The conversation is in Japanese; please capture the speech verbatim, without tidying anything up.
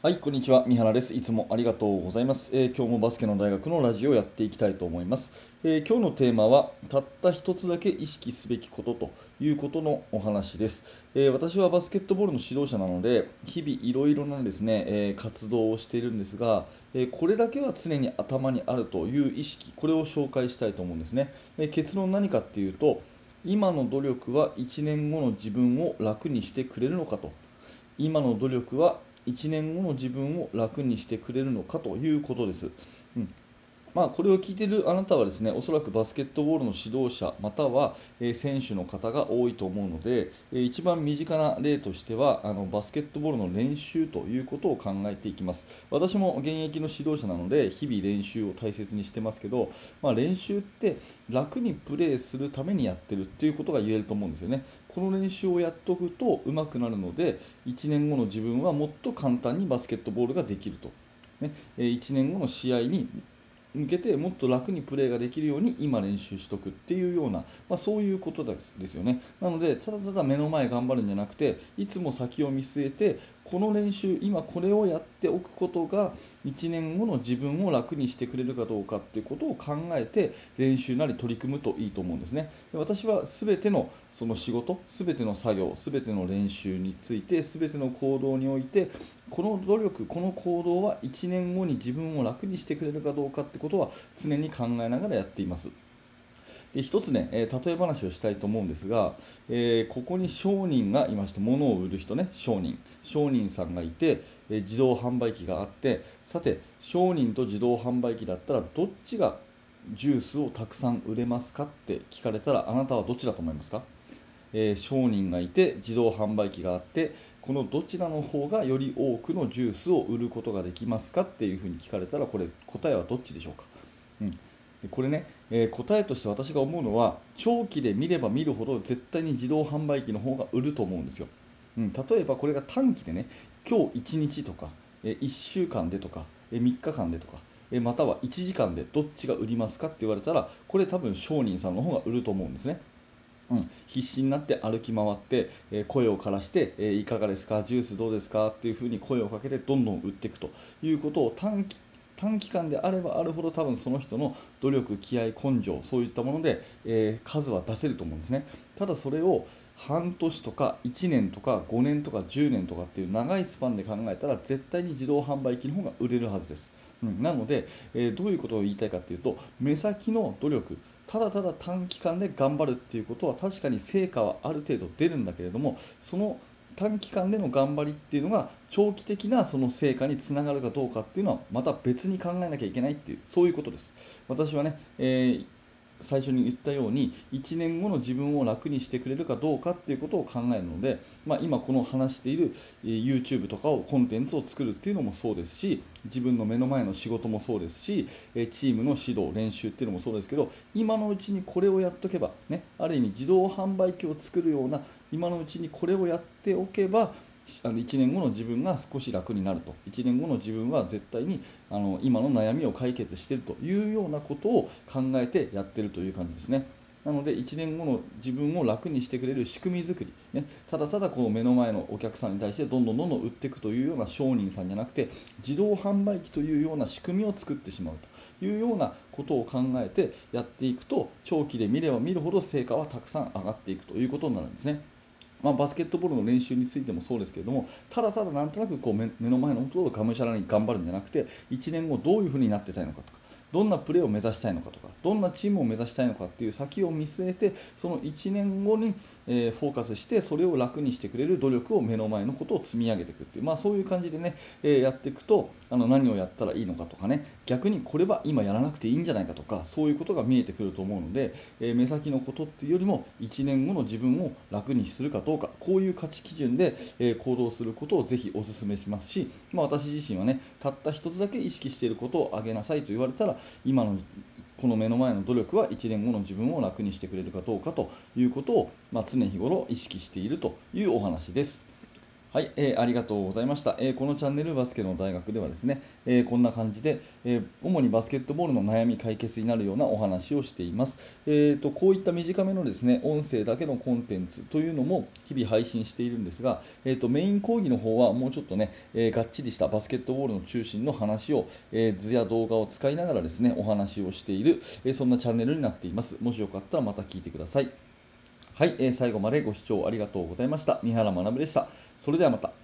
はい、こんにちは。三原です。いつもありがとうございます。えー今日もバスケの大学のラジオをやっていきたいと思います。えー今日のテーマは、たった一つだけ意識すべきことということのお話です。えー私はバスケットボールの指導者なので、日々いろいろなですね、えー活動をしているんですが、えーこれだけは常に頭にあるという意識、これを紹介したいと思うんですね。えー結論何かっていうと、今の努力はいちねんごの自分を楽にしてくれるのかと。今の努力はいちねんごの自分を楽にしてくれるのかということです。うんまあ、これを聞いているあなたはですね、おそらくバスケットボールの指導者または、えー選手の方が多いと思うので、えー一番身近な例としてはあのバスケットボールの練習ということを考えていきます。私も現役の指導者なので日々練習を大切にしてますけど、まあ、練習って楽にプレーするためにやってるっていうことが言えると思うんですよね。この練習をやっておくと上手くなるので、いちねんごの自分はもっと簡単にバスケットボールができると。ね、えーいちねんごの試合に向けてもっと楽にプレーができるように今練習しとくっていうような、まあ、そういうことですよね。なのでただただ目の前頑張るんじゃなくて、いつも先を見据えてこの練習今これをやっておくことがいちねんごの自分を楽にしてくれるかどうかっていうことを考えて練習なり取り組むといいと思うんですね。で私は全てのその仕事、全ての作業、全ての練習について、全ての行動においてこの努力、この行動はいちねんごに自分を楽にしてくれるかどうかってことは常に考えながらやっています。で一つね、えー例え話をしたいと思うんですが、えーここに商人がいまして、物を売る人ね、商人。商人さんがいて、えー自動販売機があって、さて、商人と自動販売機だったら、どっちがジュースをたくさん売れますかって聞かれたら、あなたはどっちだと思いますか？えー商人がいて自動販売機があって、このどちらの方がより多くのジュースを売ることができますかっていうふうに聞かれたら、これ答えはどっちでしょうか？うん、でこれね、えー答えとして私が思うのは、長期で見れば見るほど絶対に自動販売機の方が売ると思うんですよ。うん、例えばこれが短期でね、今日いちにちとか、えいっしゅうかんでとか、えみっかかんでとか、えまたはいちじかんでどっちが売りますかって言われたら、これ多分商人さんの方が売ると思うんですね。うん、必死になって歩き回って、えー声を枯らして、えーいかがですか、ジュースどうですかっていうふうに声をかけてどんどん売っていくということを短期短期間であればあるほど、多分その人の努力、気合、根性、そういったもので、えー数は出せると思うんですね。ただそれを半年とかいちねんとかごねんとかじゅうねんとかっていう長いスパンで考えたら、絶対に自動販売機の方が売れるはずです。うん、なので、えーどういうことを言いたいかっていうと、目先の努力、ただただ短期間で頑張るっていうことは確かに成果はある程度出るんだけれども、その短期間での頑張りっていうのが長期的なその成果につながるかどうかっていうのはまた別に考えなきゃいけないっていう、そういうことです。私はね、えー最初に言ったようにいちねんごの自分を楽にしてくれるかどうかっていうことを考えるので、まあ、今この話しているえー YouTube とかをコンテンツを作るっていうのもそうですし、自分の目の前の仕事もそうですし、えーチームの指導練習っていうのもそうですけど、今のうちにこれをやっとけば、ね、ある意味自動販売機を作るような今のうちにこれをやっておけば、あのいちねんごの自分が少し楽になると、いちねんごの自分は絶対にあの今の悩みを解決しているというようなことを考えてやっているという感じですね。なのでいちねんごの自分を楽にしてくれる仕組み作り、ね、ただただこう目の前のお客さんに対してどんどんどんどん売っていくというような商人さんじゃなくて、自動販売機というような仕組みを作ってしまうというようなことを考えてやっていくと、長期で見れば見るほど成果はたくさん上がっていくということになるんですね。まあ、バスケットボールの練習についてもそうですけれども、ただただなんとなくこう目目の前のことをがむしゃらに頑張るんじゃなくて、いちねんごどういうふうになってたいのかとか、どんなプレーを目指したいのかとか、どんなチームを目指したいのかっていう先を見据えて、そのいちねんごに、えーフォーカスして、それを楽にしてくれる努力を目の前のことを積み上げていくっていう、まあ、そういう感じでね、えーやっていくと、あの何をやったらいいのかとかね、逆にこれは今やらなくていいんじゃないかとか、そういうことが見えてくると思うので、えー目先のことっていうよりもいちねんごの自分を楽にするかどうか、こういう価値基準で、えー行動することをぜひお勧めしますし、まあ、私自身はね、たった一つだけ意識していることをあげなさいと言われたら、今のこの目の前の努力はいちねんごの自分を楽にしてくれるかどうかということを、まあ、常日頃意識しているというお話です。 はい、えーありがとうございました、えーこのチャンネルバスケの大学ではですね、えーこんな感じで、えー主にバスケットボールの悩み解決になるようなお話をしています。えーと、こういった短めのですね、音声だけのコンテンツというのも日々配信しているんですが、えーと、メイン講義の方はもうちょっとね、えーがっちりしたバスケットボールの中心の話を、えー図や動画を使いながらですね、お話をしている、えーそんなチャンネルになっています。もしよかったらまた聞いてください。はい、えー最後までご視聴ありがとうございました。三原学でした。それではまた。